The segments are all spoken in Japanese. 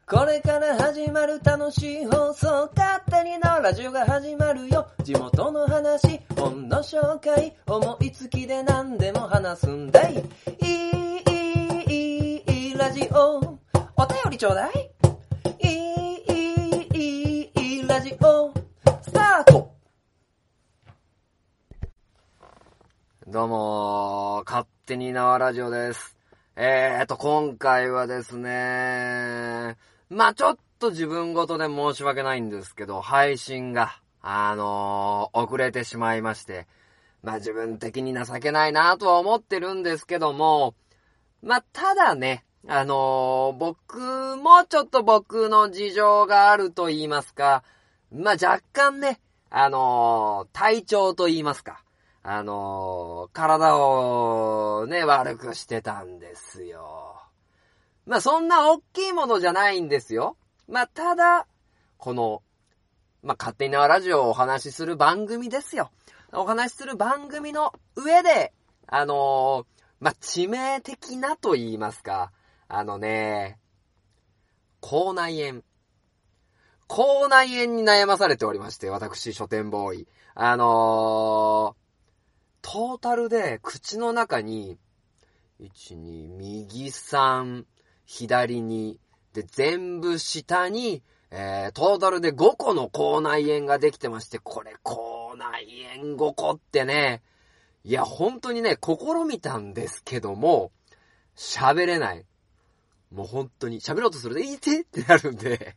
これから始まる楽しい放送、勝手にのラジオが始まるよ。地元の話、本の紹介、思いつきで何でも話すんだい。いいラジオ、お便りちょうだい。いいラジオ、スタート。どうも、勝手に縄ラジオです。今回はですね、ちょっと自分ごとで申し訳ないんですけど、配信が、遅れてしまいまして、自分的に情けないなとは思ってるんですけども、ただね、僕もちょっと僕の事情があると言いますか、若干ね、体調と言いますか、体をね、悪くしてたんですよ。そんな大きいものじゃないんですよ。ただ、この、勝手に縄ラジオをお話しする番組ですよ。お話しする番組の上で、致命的なと言いますか、口内炎に悩まされておりまして、私、書店ボーイ。トータルで口の中に、1、2、右3、左2、で、全部下に、トータルで5個の口内炎ができてまして、これ、口内炎5個ってね、いや、本当にね、試みたんですけども、喋れない。もう本当に、喋ろうとすると、いてってなるんで、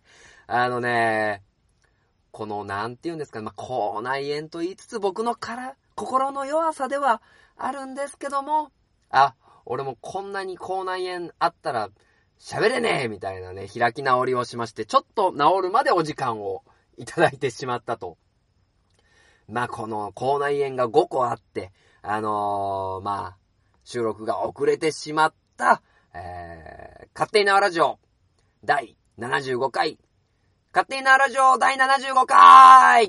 この、なんて言うんですかね、口内炎と言いつつ僕の心の弱さではあるんですけども、俺もこんなに口内炎あったら喋れねえみたいなね、開き直りをしまして、ちょっと治るまでお時間をいただいてしまったと。この口内炎が5個あって、収録が遅れてしまった、勝手に縄ラジオ第75回。勝手に縄ラジオ第75回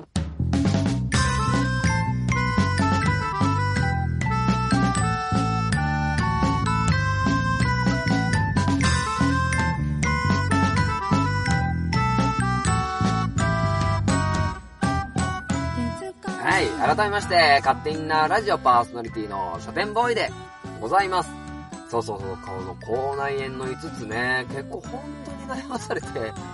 はい、改めまして、勝手に縄ラジオパーソナリティの書店ボーイでございます。そう、この口内炎の5つね、結構本当に悩まされて、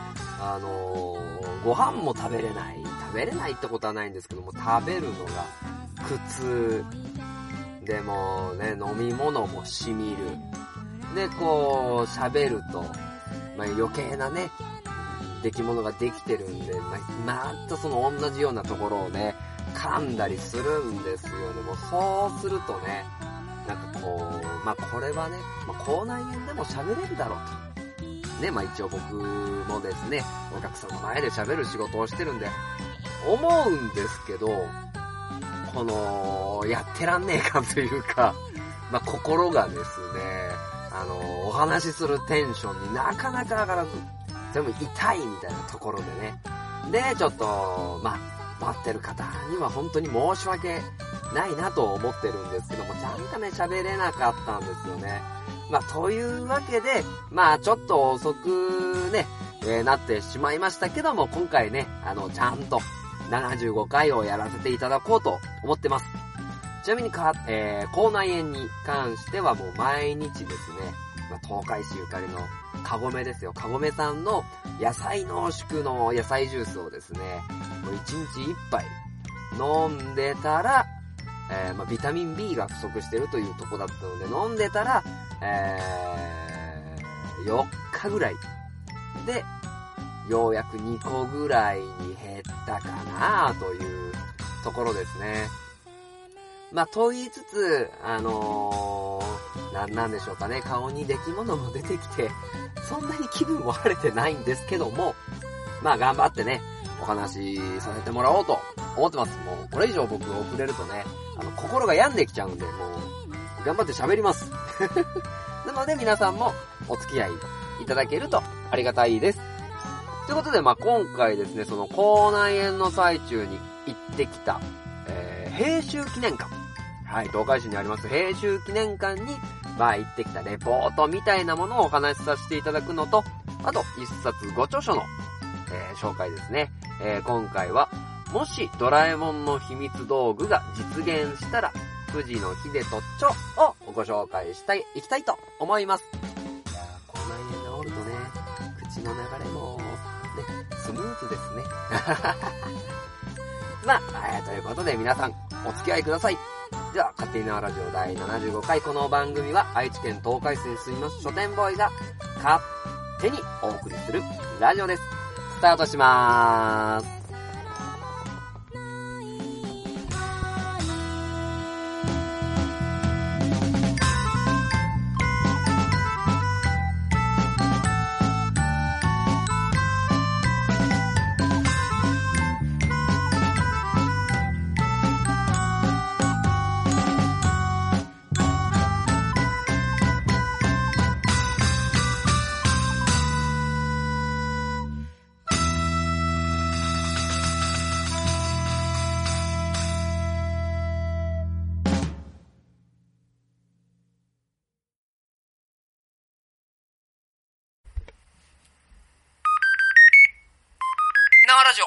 ご飯も食べれないってことはないんですけども、食べるのが苦痛。でもね、飲み物もしみる。で、こう、喋ると、余計なね、出来物ができてるんで、またその同じようなところをね、噛んだりするんですよね。もうそうするとね、これはね、口内炎でも喋れるだろうと。ね、一応僕もですね、お客さんの前で喋る仕事をしてるんで、思うんですけど、この、やってらんねえ感というか、心がですね、お話しするテンションになかなか上がらず、でも痛いみたいなところでね。で、ちょっと、待ってる方には本当に申し訳ないなと思ってるんですけども、なんかね、喋れなかったんですよね。というわけで、ちょっと遅くね、なってしまいましたけども、今回ね、ちゃんと75回をやらせていただこうと思ってます。ちなみに口内炎に関してはもう毎日ですね、東海市ゆかりのかごめですよ。かごめさんの野菜濃縮の野菜ジュースをですね、もう1日1杯飲んでたら、ビタミン B が不足してるというとこだったので、飲んでたら、4日ぐらいで、ようやく2個ぐらいに減ったかなというところですね。と言いつつ、なんでしょうかね、顔に出来物も出てきて、そんなに気分も晴れてないんですけども、頑張ってね、お話しさせてもらおうと思ってます。もう、これ以上僕遅れるとね、心が病んできちゃうんで、もう、頑張って喋ります。なので皆さんもお付き合いいただけるとありがたいです。ということで、今回ですね、その口内炎の最中に行ってきた、平州記念館。はい、東海市にあります平州記念館に、行ってきたレポートみたいなものをお話しさせていただくのと、 あと一冊ご著書の、紹介ですね。今回は、もしドラえもんの秘密道具が実現したら、藤野秀人著をご紹介していきたいと思います。いやー、口内炎治るとね、口の流れも、ね、スムーズですね。まあ、ということで皆さん、お付き合いください。では、勝手に縄ラジオ第75回、この番組は愛知県東海市に住みます書店ボーイが勝手にお送りするラジオです。スタートしまーす。縄ラジオ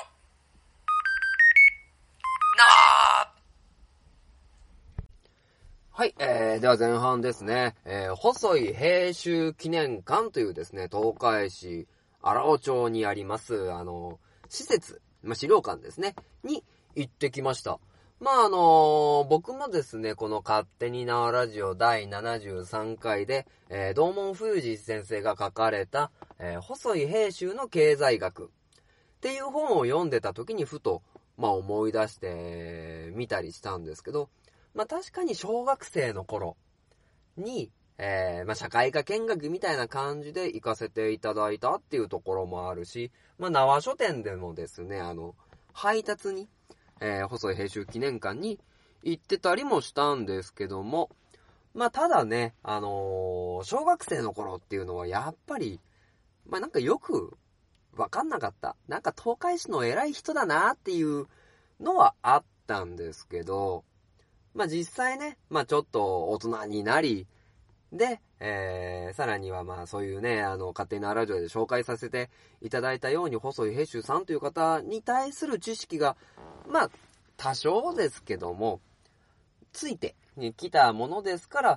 はい、では前半ですね、細井平州記念館というですね、東海市荒尾町にあります、施設、資料館ですね、に行ってきました。僕もですね、この勝手に縄ラジオ第73回で、道門冬治先生が書かれた、細井平州の経済学っていう本を読んでた時にふと、思い出してみたりしたんですけど、確かに小学生の頃に、社会科見学みたいな感じで行かせていただいたっていうところもあるし、縄書店でもですね、配達に、細井平州記念館に行ってたりもしたんですけども、ただね、小学生の頃っていうのはやっぱり、なんかよくわかんなかった。なんか東海市の偉い人だなっていうのはあったんですけど、実際ね、ちょっと大人になり、で、さらにはそういうね、勝手にラジオで紹介させていただいたように、細井平州さんという方に対する知識が、多少ですけども、ついてに来たものですから、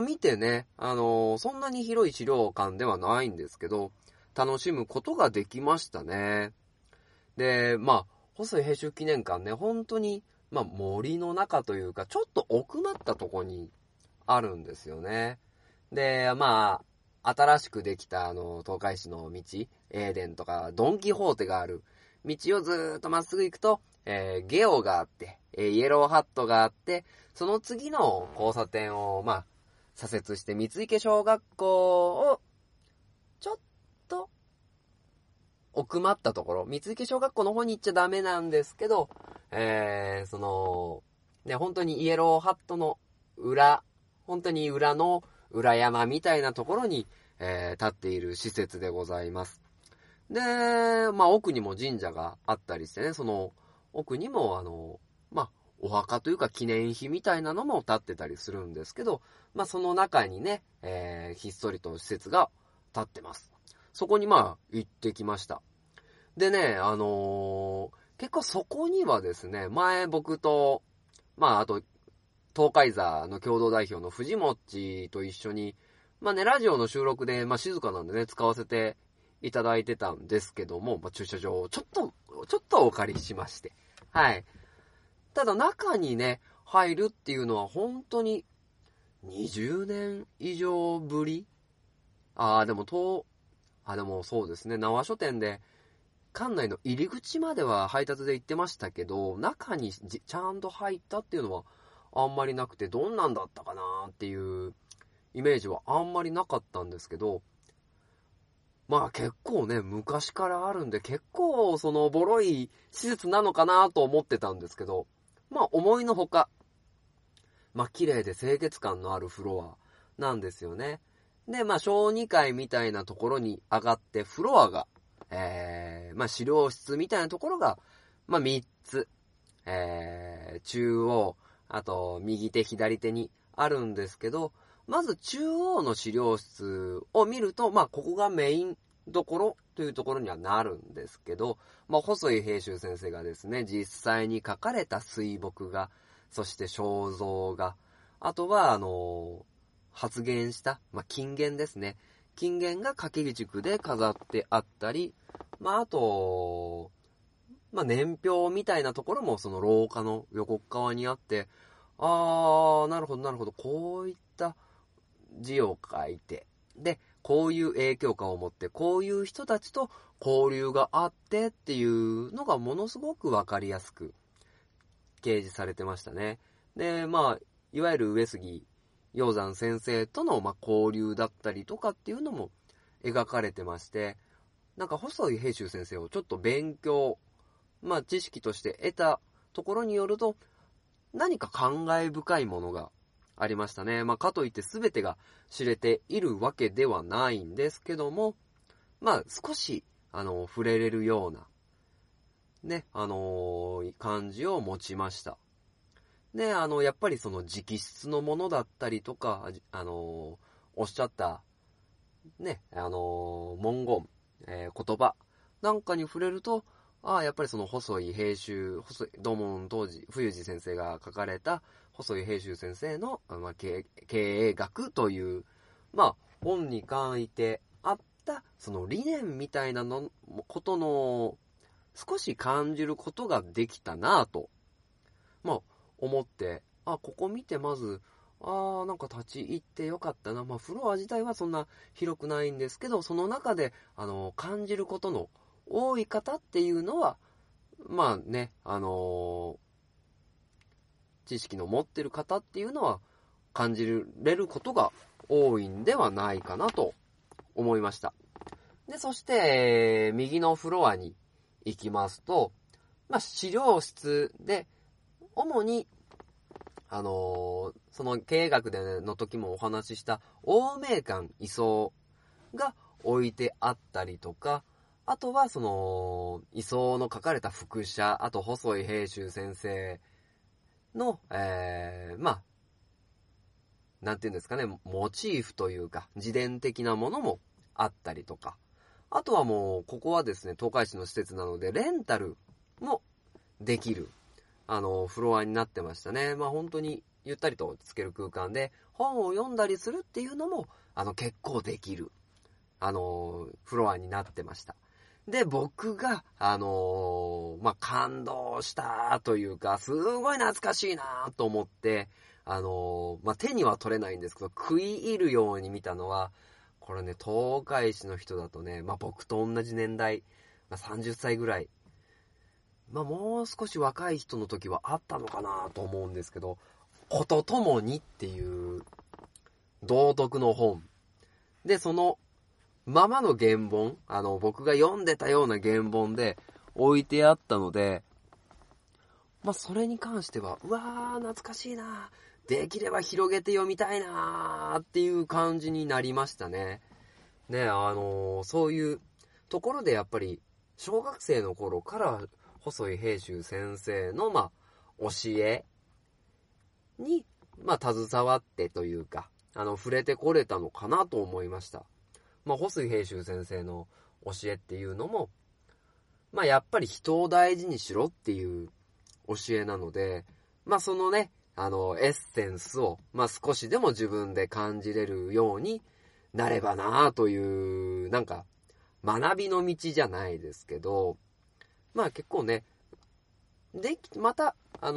見てね、そんなに広い資料館ではないんですけど、楽しむことができましたね。で、細井平州記念館ね、本当に、森の中というか、ちょっと奥まったとこにあるんですよね。で、新しくできた東海市の道、エーデンとか、ドンキホーテがある道をずーっとまっすぐ行くと、ゲオがあって、イエローハットがあって、その次の交差点を、左折して三池小学校を、ちょっと、奥まったところ、三池小学校の方に行っちゃダメなんですけど、本当にイエローハットの裏、本当に裏の裏山みたいなところに、立っている施設でございます。で、奥にも神社があったりしてね、その奥にもお墓というか記念碑みたいなのも建ってたりするんですけど、その中にね、ひっそりと施設が建ってます。そこに行ってきました。でね、結構そこにはですね、前僕と、あと、東海座の共同代表の藤もっちと一緒に、ラジオの収録で、静かなんでね、使わせていただいてたんですけども、駐車場をちょっとお借りしまして。はい。ただ中にね、入るっていうのは本当に20年以上ぶり？でもそうですね、縄書店で、館内の入り口までは配達で行ってましたけど、中にちゃんと入ったっていうのはあんまりなくて、どんなんだったかなっていうイメージはあんまりなかったんですけど、結構ね、昔からあるんで、結構そのボロい施設なのかなと思ってたんですけど、思いのほか、綺麗で清潔感のあるフロアなんですよね。で、小児会みたいなところに上がって、フロアが、資料室みたいなところが、3つ、中央、あと、右手、左手にあるんですけど、まず中央の資料室を見ると、ここがメインところというところにはなるんですけど、細井平州先生がですね、実際に書かれた水墨画、そして肖像画、あとは発言した、金言ですね。金言が掛け軸で飾ってあったり、あと、年表みたいなところもその廊下の横側にあって、なるほど、こういった字を書いて、で、こういう影響感を持って、こういう人たちと交流があってっていうのがものすごくわかりやすく掲示されてましたね。で、いわゆる上杉鷹山先生との交流だったりとかっていうのも描かれてまして、なんか細井平州先生をちょっと勉強、知識として得たところによると、何か感慨深いものがありましたね。かといって全てが知れているわけではないんですけども、少し、触れれるような、ね、感じを持ちました。で、やっぱりその直筆のものだったりとか、おっしゃった、ね、文言、言葉なんかに触れると、やっぱりその細井平州、土門当時、冬治先生が書かれた細井平州先生の、経営学という、本に書いてあった、その理念みたいなのことの、少し感じることができたなぁと、思って、ここ見てまず、なんか立ち入ってよかったな。フロア自体はそんな広くないんですけど、その中で、感じることの多い方っていうのは、知識の持ってる方っていうのは、感じれることが多いんではないかなと思いました。で、そして、右のフロアに行きますと、資料室で、主に、その経営学での時もお話しした欧米館位相が置いてあったりとか、あとはその位相の書かれた複写、あと細井平州先生の、なんていうんですかね、モチーフというか自伝的なものもあったりとか、あとはもうここはですね、東海市の施設なのでレンタルもできるフロアになってましたね。本当にゆったりと落ち着ける空間で本を読んだりするっていうのも結構できるフロアになってました。で、僕が感動したというか、すごい懐かしいなと思って手には取れないんですけど食い入るように見たのは、これね、東海市の人だとね、僕と同じ年代、30歳ぐらい、もう少し若い人の時はあったのかなと思うんですけど、ことともにっていう道徳の本で、そのままの原本、僕が読んでたような原本で置いてあったので、それに関しては、懐かしいな、できれば広げて読みたいなっていう感じになりましたね。ね、そういうところでやっぱり小学生の頃から細井平州先生の教えに携わってというか触れてこれたのかなと思いました。細井平州先生の教えっていうのもやっぱり人を大事にしろっていう教えなので、そのねエッセンスを少しでも自分で感じれるようになればなというなんか学びの道じゃないですけど、結構ね、また、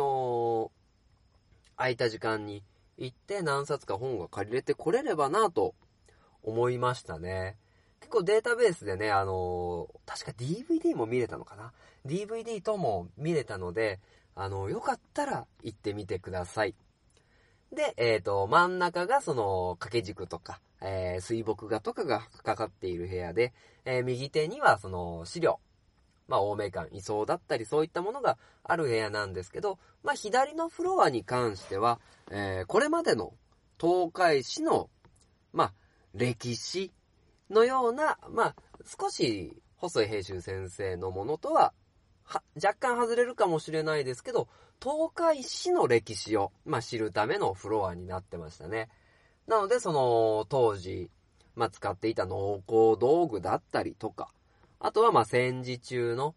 空いた時間に行って何冊か本が借りれてこれればなと思いましたね。結構データベースでね、確か DVD も見れたのかな ?DVD とも見れたので、よかったら行ってみてください。で、真ん中がその掛け軸とか、水墨画とかがかかっている部屋で、右手にはその資料、欧米館、位相だったりそういったものがある部屋なんですけど、左のフロアに関しては、これまでの東海市の、歴史のような、少し細井平州先生のものとは若干外れるかもしれないですけど、東海市の歴史を、知るためのフロアになってましたね。なので、その当時使っていた農耕道具だったりとか、あとは戦時中の、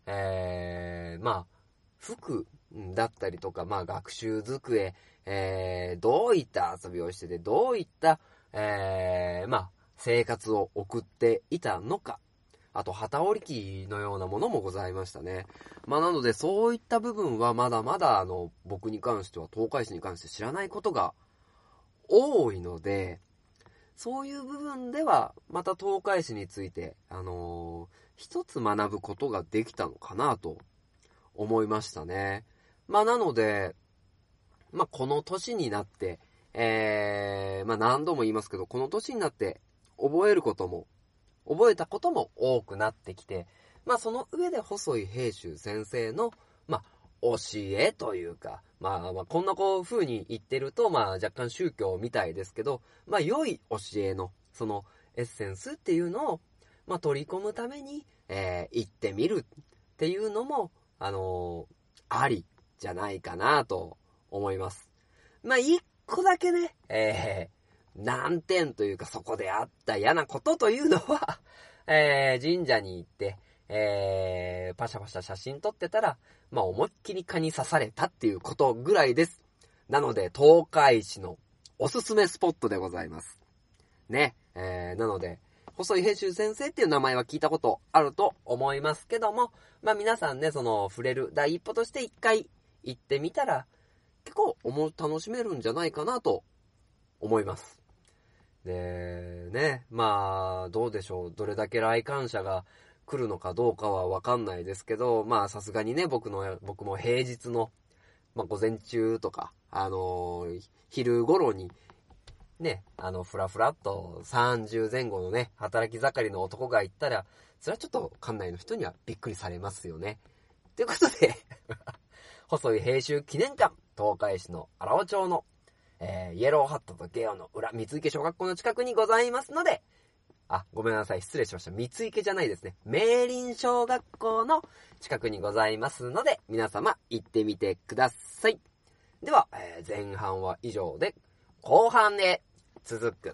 服だったりとか、学習机、どういった遊びをしてて、どういった、生活を送っていたのか、あと、機織り機のようなものもございましたね。なので、そういった部分はまだまだ、僕に関しては、東海市に関して知らないことが多いので、そういう部分では、また東海市について、一つ学ぶことができたのかなと思いましたね。なので、この年になって、何度も言いますけど、この年になって、覚えたことも多くなってきて、その上で細井平州先生の、教えというか、こんな風に言ってると、若干宗教みたいですけど、良い教えの、そのエッセンスっていうのを、取り込むために、行ってみるっていうのも、ありじゃないかなと思います。一個だけね、難点というかそこであった嫌なことというのは、神社に行って、パシャパシャ写真撮ってたら、思いっきり蚊に刺されたっていうことぐらいです。なので、東海市のおすすめスポットでございます。ね。なので、細井平州先生っていう名前は聞いたことあると思いますけども、皆さんね、触れる第一歩として一回行ってみたら、結構楽しめるんじゃないかなと思います。で、ね、どうでしょう。どれだけ来館者が来るのかどうかはわかんないですけど、さすがにね、僕も平日の、午前中とか、昼頃に、ね、ふらふらっと30前後のね、働き盛りの男が行ったら、それはちょっと館内の人にはびっくりされますよね。ということで、細井平州記念館、東海市の荒尾町の、イエローハットとゲオの裏、三池小学校の近くにございますので、ごめんなさい、失礼しました。三池じゃないですね。明林小学校の近くにございますので、皆様行ってみてください。では、前半は以上で、後半へ続く。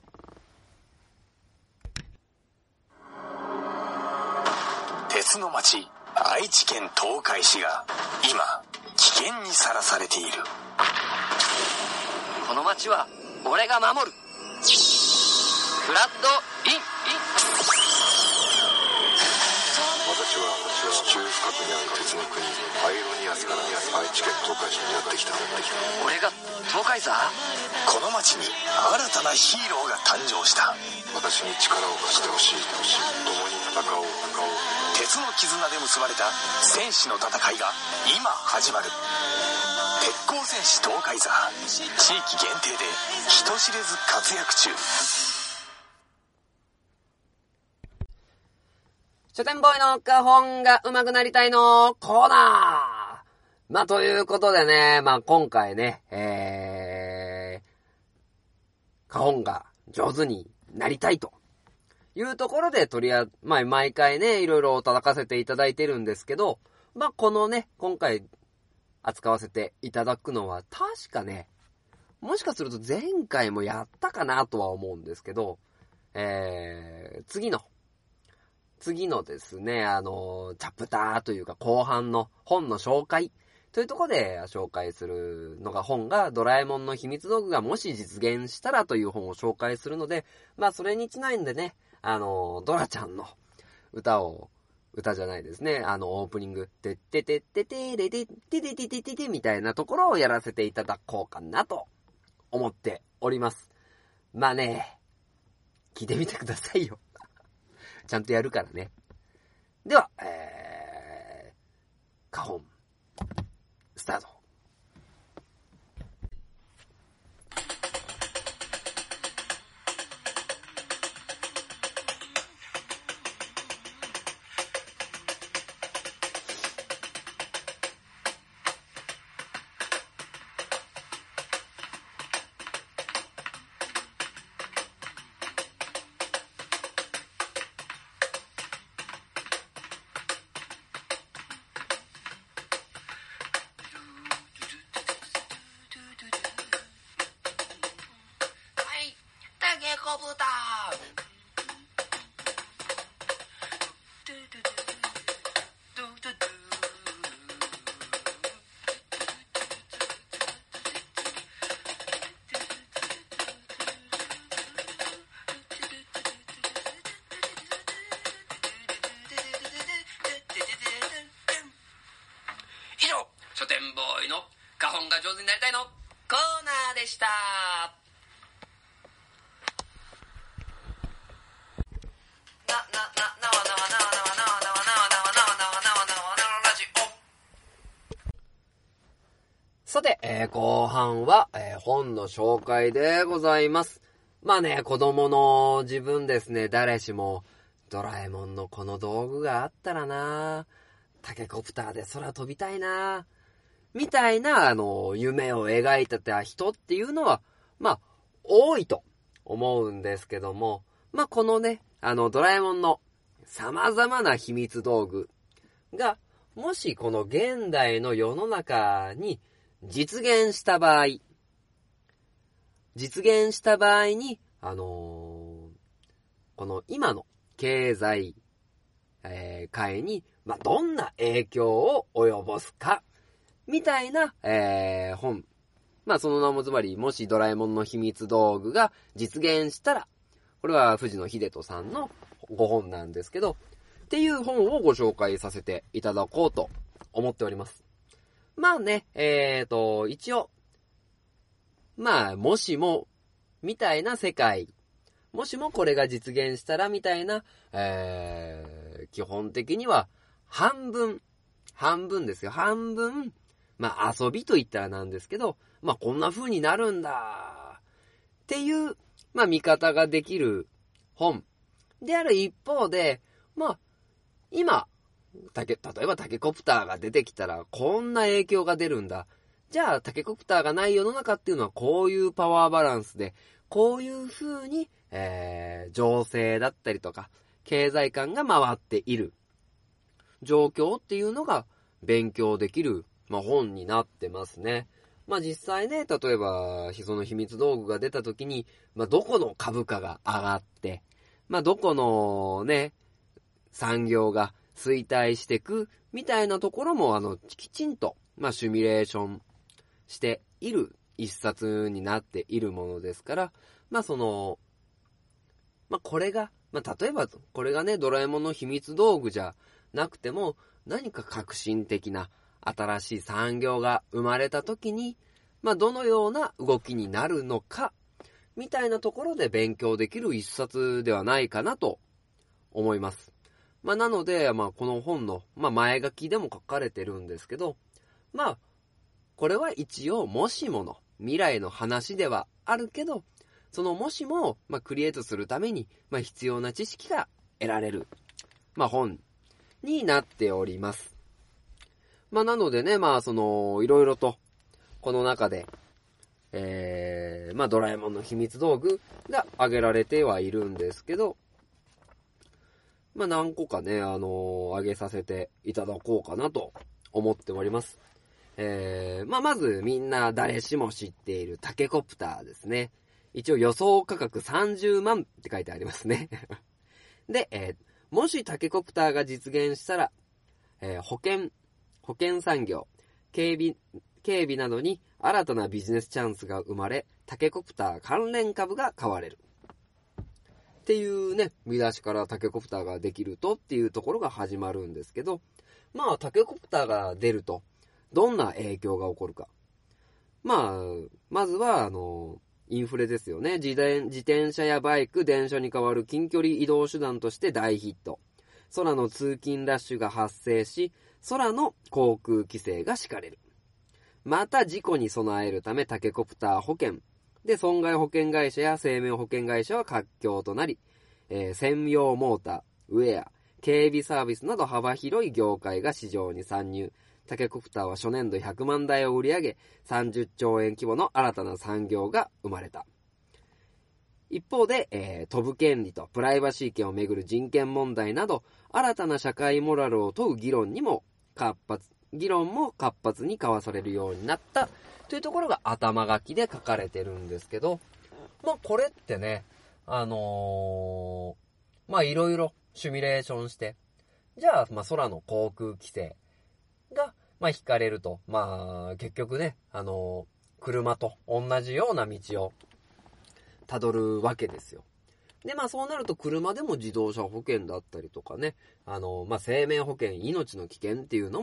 鉄の町、愛知県東海市が今、危険にさらされている。 この町は俺が守る。フラッドイン。 私は地中深くにある鉄の国パイロニアスから愛知県東海市にやってきた。 俺が東海座？ この町に新たなヒーローが誕生した。 私に力を貸してほしい。共に戦おう。 鉄の絆で結ばれた戦士の戦いが今始まる。鉄鋼戦士東海座、地域限定で人知れず活躍中。 書店ボーイの花本が上手くなりたいのコーナー。ということでね、今回ね、花本が上手になりたいというところで毎回ね、いろいろ叩かせていただいてるんですけど、このね、今回扱わせていただくのは確かね、もしかすると前回もやったかなとは思うんですけど、次のですね、チャプターというか後半の本の紹介というところで紹介するのが本がドラえもんの秘密道具がもし実現したらという本を紹介するので、それにちなんでね、ドラちゃんの歌じゃないですね、オープニング、てっててっててれてててててててみたいなところをやらせていただこうかなと思っております。聞いてみてくださいよ。ちゃんとやるからね。では、花本、スタート。 が上手になりたいのコーナーでした。 さて、後半は、本の紹介でございます。まあね、子供の自分ですね、誰しもドラえもんのこの道具があったらな、タケコプターで空飛びたいな、みたいな夢を描いてた人っていうのはまあ多いと思うんですけども、まあこのねドラえもんの様々な秘密道具がもしこの現代の世の中に実現した場合にこの今の経済、界にどんな影響を及ぼすかみたいな、本。その名もズバリ、もしドラえもんの秘密道具が実現したら、これは藤野秀人さんのご本なんですけど、っていう本をご紹介させていただこうと思っております。一応、もしも、みたいな世界、もしもこれが実現したらみたいな、基本的には半分ですよ。半分、遊びと言ったらなんですけど、こんな風になるんだっていう、見方ができる本である一方で、今、例えばタケコプターが出てきたらこんな影響が出るんだ。じゃあタケコプターがない世の中っていうのはこういうパワーバランスで、こういう風に、情勢だったりとか、経済観が回っている状況っていうのが勉強できる、本になってますね。実際ね、例えば、その秘密道具が出た時に、どこの株価が上がって、どこのね、産業が衰退してく、みたいなところも、きちんと、シミュレーションしている一冊になっているものですから、これが、例えば、これがね、ドラえもんの秘密道具じゃなくても、何か革新的な新しい産業が生まれた時に、どのような動きになるのか、みたいなところで勉強できる一冊ではないかなと思います。なので、この本の、前書きでも書かれてるんですけど、これは一応もしもの未来の話ではあるけど、そのもしも、クリエイトするために、必要な知識が得られる、本になっております。なのでね、いろいろと、この中で、ドラえもんの秘密道具が挙げられてはいるんですけど、何個かね、挙げさせていただこうかなと思っております。まずみんな誰しも知っているタケコプターですね。一応予想価格30万って書いてありますね。で、もしタケコプターが実現したら、保険産業、警備などに新たなビジネスチャンスが生まれ、タケコプター関連株が買われる。っていうね、見出しからタケコプターができるとっていうところが始まるんですけど、タケコプターが出ると、どんな影響が起こるか。まずは、インフレですよね。自転車やバイク、電車に代わる近距離移動手段として大ヒット。空の通勤ラッシュが発生し、空の航空規制が敷かれる。また事故に備えるためタケコプター保険で損害保険会社や生命保険会社は活況となり、専用モーター、ウェア、警備サービスなど幅広い業界が市場に参入。タケコプターは初年度100万台を売り上げ、30兆円規模の新たな産業が生まれた。一方で、飛ぶ権利とプライバシー権をめぐる人権問題など、新たな社会モラルを問う議論も活発に交わされるようになったというところが頭書きで書かれてるんですけど、これってね、いろいろシミュレーションして、じゃあ、空の航空規制が、引かれると、結局ね、車と同じような道を辿るわけですよ。で、そうなると車でも自動車保険だったりとかね、生命保険、命の危険っていうのも、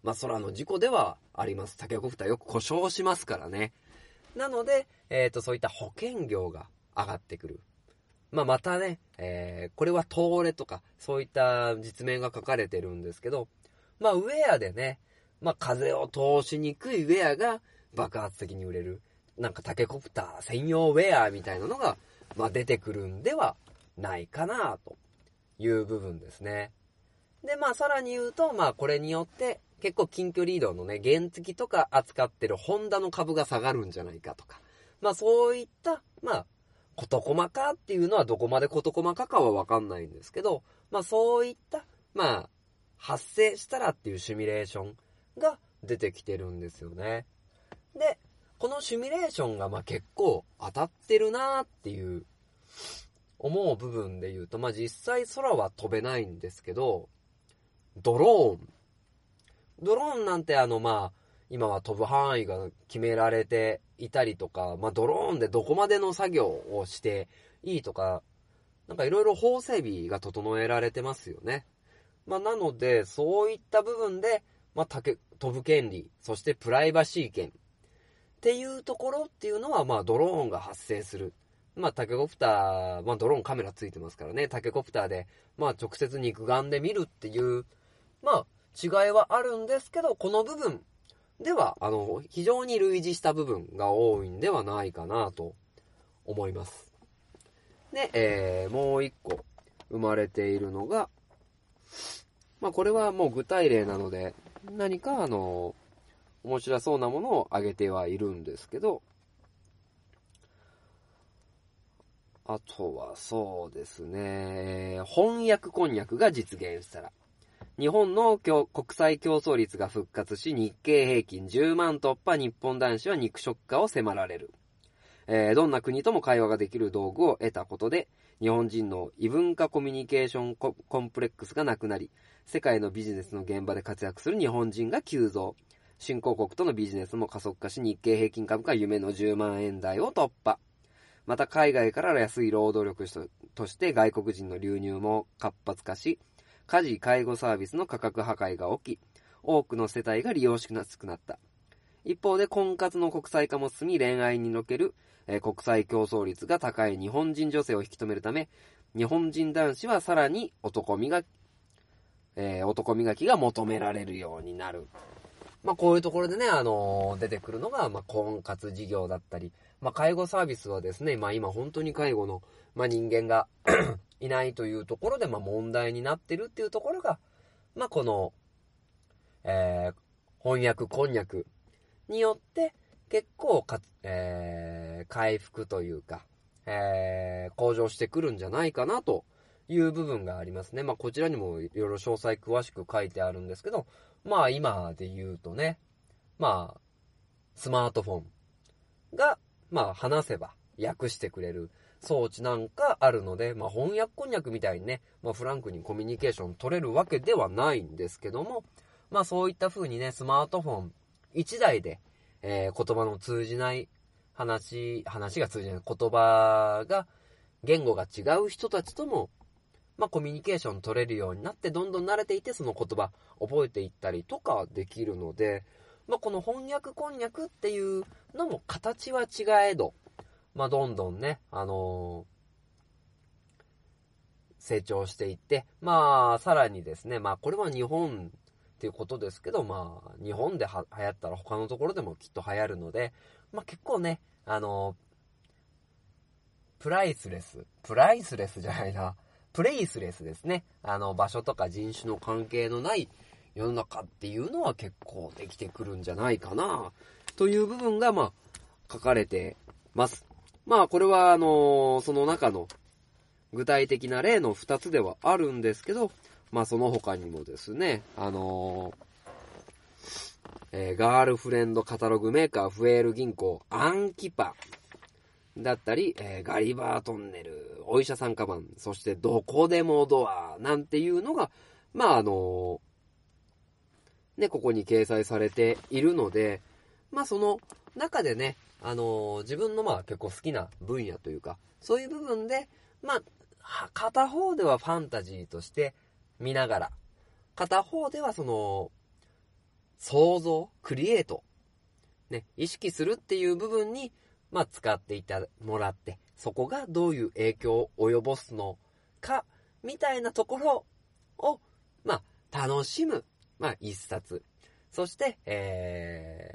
空の事故ではあります。タケコプターよく故障しますからね。なので、そういった保険料が上がってくる。またね、これは東レとか、そういった実名が書かれてるんですけど、ウェアでね、風を通しにくいウェアが爆発的に売れる。なんかタケコプター専用ウェアみたいなのが、出てくるんではないかなという部分ですね。で、さらに言うと、これによって、結構近距離移動のね、原付とか扱ってるホンダの株が下がるんじゃないかとか。そういった、事細かっていうのはどこまで事細かかはわかんないんですけど、そういった、発生したらっていうシミュレーションが出てきてるんですよね。で、このシミュレーションが結構当たってるなーっていう思う部分で言うと、実際空は飛べないんですけど、ドローンなんて今は飛ぶ範囲が決められていたりとか、ドローンでどこまでの作業をしていいとか、なんかいろいろ法整備が整えられてますよね。なので、そういった部分で、飛ぶ権利、そしてプライバシー権っていうところっていうのは、ドローンが発生する。タケコプター、ドローンカメラついてますからね、タケコプターで、直接肉眼で見るっていう、違いはあるんですけど、この部分では、非常に類似した部分が多いんではないかなと思います。で、もう一個生まれているのが、これはもう具体例なので、何か面白そうなものを挙げてはいるんですけど、あとはそうですね、翻訳こんにゃくが実現したら、日本の国際競争率が復活し、日経平均10万突破、日本男子は肉食化を迫られる。どんな国とも会話ができる道具を得たことで、日本人の異文化コミュニケーションコンプレックスがなくなり、世界のビジネスの現場で活躍する日本人が急増。新興国とのビジネスも加速化し、日経平均株価夢の10万円台を突破。また海外から安い労働力として外国人の流入も活発化し、家事・介護サービスの価格破壊が起き、多くの世帯が利用しやすくなった。一方で婚活の国際化も進み、恋愛における、国際競争率が高い日本人女性を引き止めるため、日本人男子はさらに男磨きが求められるようになる。こういうところでね、出てくるのが、婚活事業だったり、介護サービスはですね、今本当に介護の、人間がいないというところで、問題になってるっていうところが、この、翻訳こんにゃくによって結構回復というか、向上してくるんじゃないかなという部分がありますね。こちらにもいろいろ詳細詳しく書いてあるんですけど、今で言うとね、スマートフォンが、話せば訳してくれる装置なんかあるので、翻訳こんにゃくみたいにね、フランクにコミュニケーション取れるわけではないんですけども、そういった風にね、スマートフォン1台で、言葉の通じない話が通じない言葉が、言語が違う人たちとも、コミュニケーション取れるようになって、どんどん慣れていって、その言葉覚えていったりとかできるので、この翻訳こんにゃくっていうのも形は違えど、どんどんね、成長していって、さらにですね、これは日本っていうことですけど、日本で流行ったら他のところでもきっと流行るので、結構ね、プレイスレスですね。場所とか人種の関係のない世の中っていうのは結構できてくるんじゃないかな、という部分が、書かれてます。これは、その中の具体的な例の2つではあるんですけど、その他にもですね、ガールフレンドカタログメーカーフエール銀行アンキパだったり、ガリバートンネル、お医者さんカバン、そしてどこでもドアなんていうのが、ね、ここに掲載されているので、その中でね、自分の結構好きな分野というか、そういう部分で、片方ではファンタジーとして見ながら、片方ではその、 創造、クリエイト、ね、意識するっていう部分に、使ってもらって、そこがどういう影響を及ぼすのか、みたいなところを、楽しむ、一冊。そして、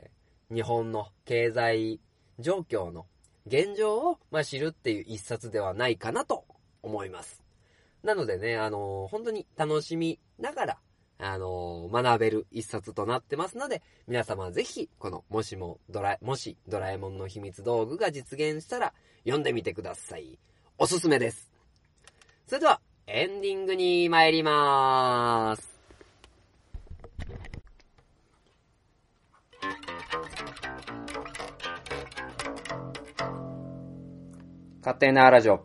日本の経済状況の現状を、知るっていう一冊ではないかなと思います。なのでね、本当に楽しみながら、学べる一冊となってますので、皆様ぜひ、この、もしドラえもんの秘密道具が実現したら、読んでみてください。おすすめです。それでは、エンディングに参りまーす。勝手なラジオ。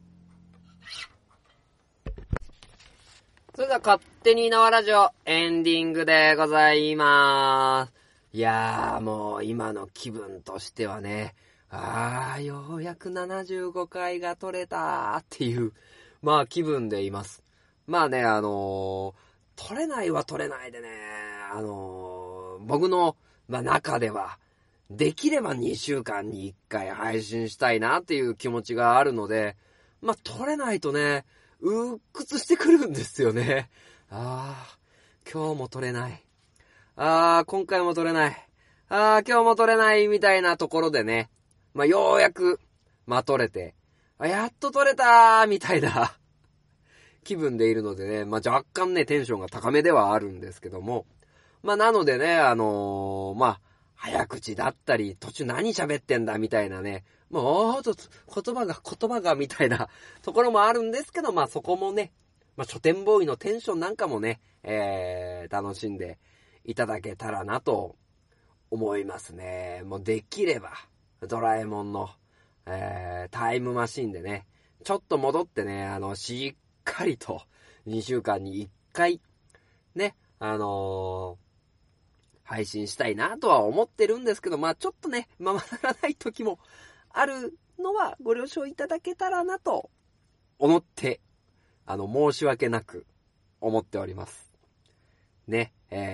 それでは勝手に縄ラジオエンディングでございまーす。いやーもう今の気分としてはね、ようやく75回が取れたーっていう、気分でいます。取れないは取れないでね、僕の、中では、できれば2週間に1回配信したいなっていう気持ちがあるので、取れないとね、鬱屈してくるんですよね。今日も取れない。今回も取れない。今日も取れないみたいなところでね、ようやく、取れて、やっと取れたーみたいな気分でいるのでね、若干ね、テンションが高めではあるんですけども、なのでね、早口だったり、途中何喋ってんだみたいなね、言葉がみたいなところもあるんですけど、そこもね、書店ボーイのテンションなんかもね、楽しんでいただけたらなと思いますね。もうできれば、ドラえもんの、タイムマシンでね、ちょっと戻ってね、しっかりと2週間に1回、ね、配信したいなとは思ってるんですけど、ちょっとね、ままならない時もあるのはご了承いただけたらなと思って、申し訳なく思っております。ね、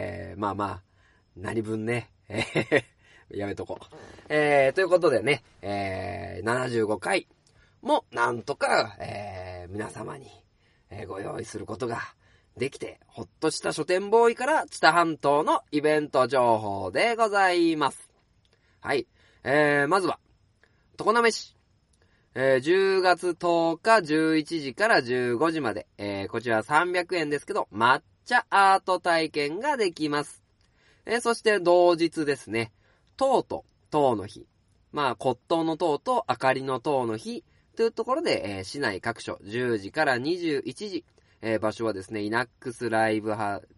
何分ね、やめとこう。ということでね、75回もなんとか、皆様に、ご用意することができて、ほっとした書店ボーイから知多半島のイベント情報でございます。はい。まずは、常滑市。10月10日11時から15時まで、こちら300円ですけど、抹茶アート体験ができます。そして同日ですね、塔と塔の日。骨董の塔と明かりの塔の日というところで、市内各所10時から21時、場所はですね、イナックスライブ、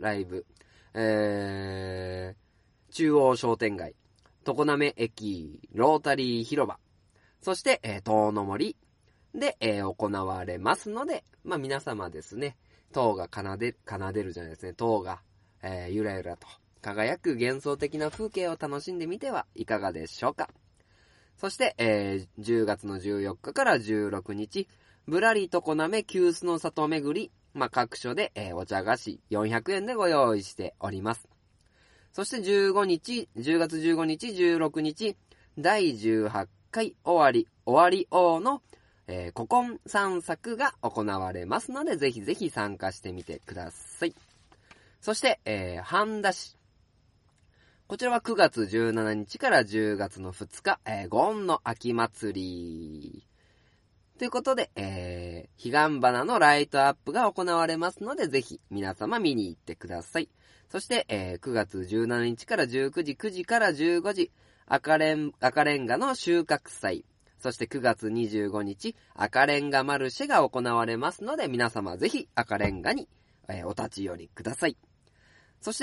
中央商店街、常滑駅、ロータリー広場、そして、塔の森で、行われますので、皆様ですね、塔が奏でるじゃないですね、塔が、ゆらゆらと輝く幻想的な風景を楽しんでみてはいかがでしょうか。そして、10月の14日から16日、ぶらり常滑急須の里巡り、各所で、お茶菓子400円でご用意しております。そして10月15日、16日、第18回終わり王の、古今散策が行われますので、ぜひぜひ参加してみてください。そして、半田市。こちらは9月17日から10月の2日、ゴンの秋祭り。ということで、彼岸花のライトアップが行われますので、ぜひ皆様見に行ってください。そして、9月17日から19時、9時から15時、赤レンガの収穫祭。そして9月25日、赤レンガマルシェが行われますので、皆様ぜひ赤レンガに、お立ち寄りください。そして、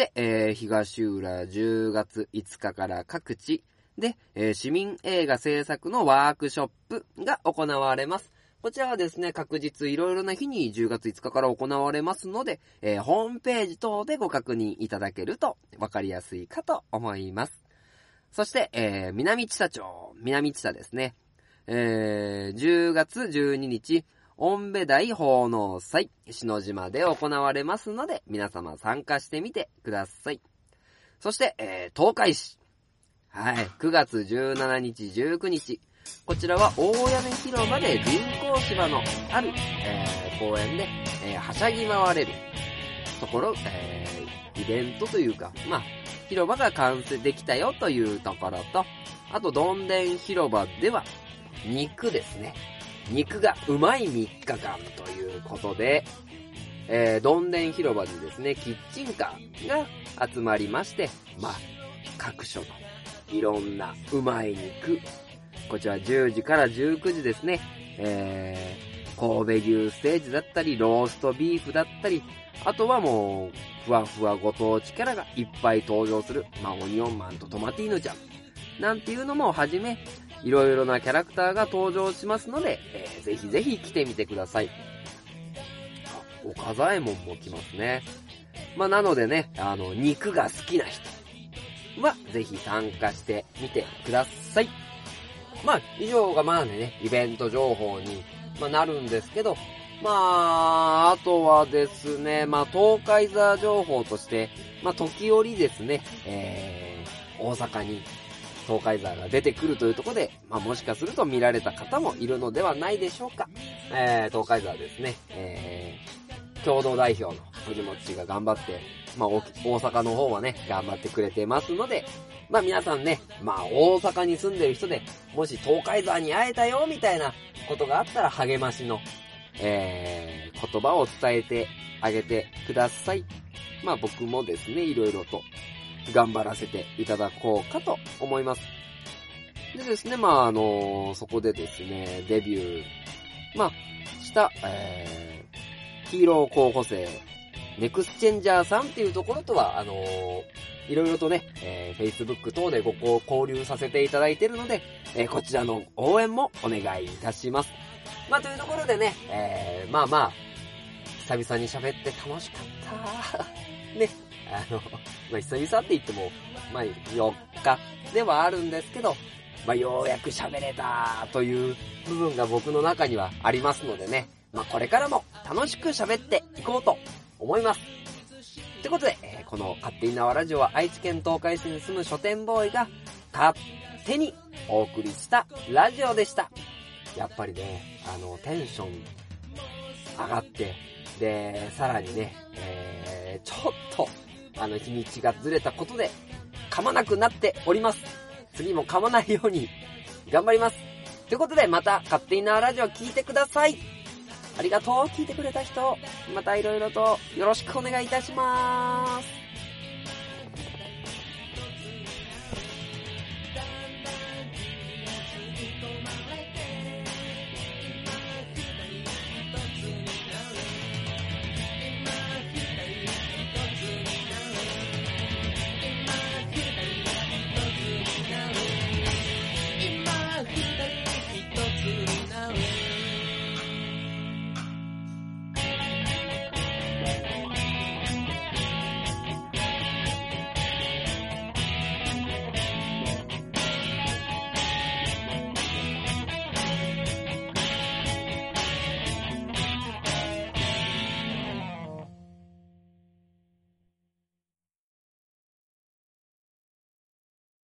東浦10月5日から各地で、市民映画制作のワークショップが行われます。こちらはですね、確実いろいろな日に10月5日から行われますので、ホームページ等でご確認いただけるとわかりやすいかと思います。そして、南知多ですね。10月12日、おんべ大奉納祭、篠島で行われますので、皆様参加してみてください。 そして、東海市。はい。9月17日、19日。こちらは大屋根広場で人工芝のある、公園で、はしゃぎ回れるところ、イベントというか、広場が完成できたよというところと、あと、どんでん広場では、肉ですね。肉がうまい3日間ということで、どんでん広場にですね、キッチンカーが集まりまして、各所のいろんなうまい肉、こちら10時から19時ですね、神戸牛ステージだったり、ローストビーフだったり、あとはもう、ふわふわご当地キャラがいっぱい登場する、オニオンマンとトマティーヌちゃん、なんていうのもはじめ、いろいろなキャラクターが登場しますので、ぜひぜひ来てみてください。岡左衛門も来ますね。なのでね、肉が好きな人は、ぜひ参加してみてください。以上がイベント情報に、なるんですけど、あとはですね、東海座情報として、時折ですね、大阪に東海座が出てくるというところで、もしかすると見られた方もいるのではないでしょうか。東海座ですね、共同代表の藤もっちが頑張って、大阪の方はね、頑張ってくれてますので、皆さんね、大阪に住んでる人で、もし東海座に会えたよ、みたいなことがあったら励ましの、言葉を伝えてあげてください。僕もですね、いろいろと頑張らせていただこうかと思います。でですね、そこでですね、デビュー、した、ヒーロー候補生、ネクスチェンジャーさんっていうところとは、いろいろとね、Facebook 等で交流させていただいているので、こちらの応援もお願いいたします。というところでね、久々に喋って楽しかった。ね、久々って言っても、4日ではあるんですけど、ようやく喋れたという部分が僕の中にはありますのでね、これからも楽しく喋っていこうと思います。ということで、この勝手に縄ラジオは愛知県東海市に住む書店ボーイが勝手にお送りしたラジオでした。やっぱりね、テンション上がって、で、さらにね、ちょっと、日にちがずれたことで、噛まなくなっております。次も噛まないように、頑張ります。ということで、また、勝手に縄ラジオ聞いてください。ありがとう、聞いてくれた人。またいろいろとよろしくお願いいたします。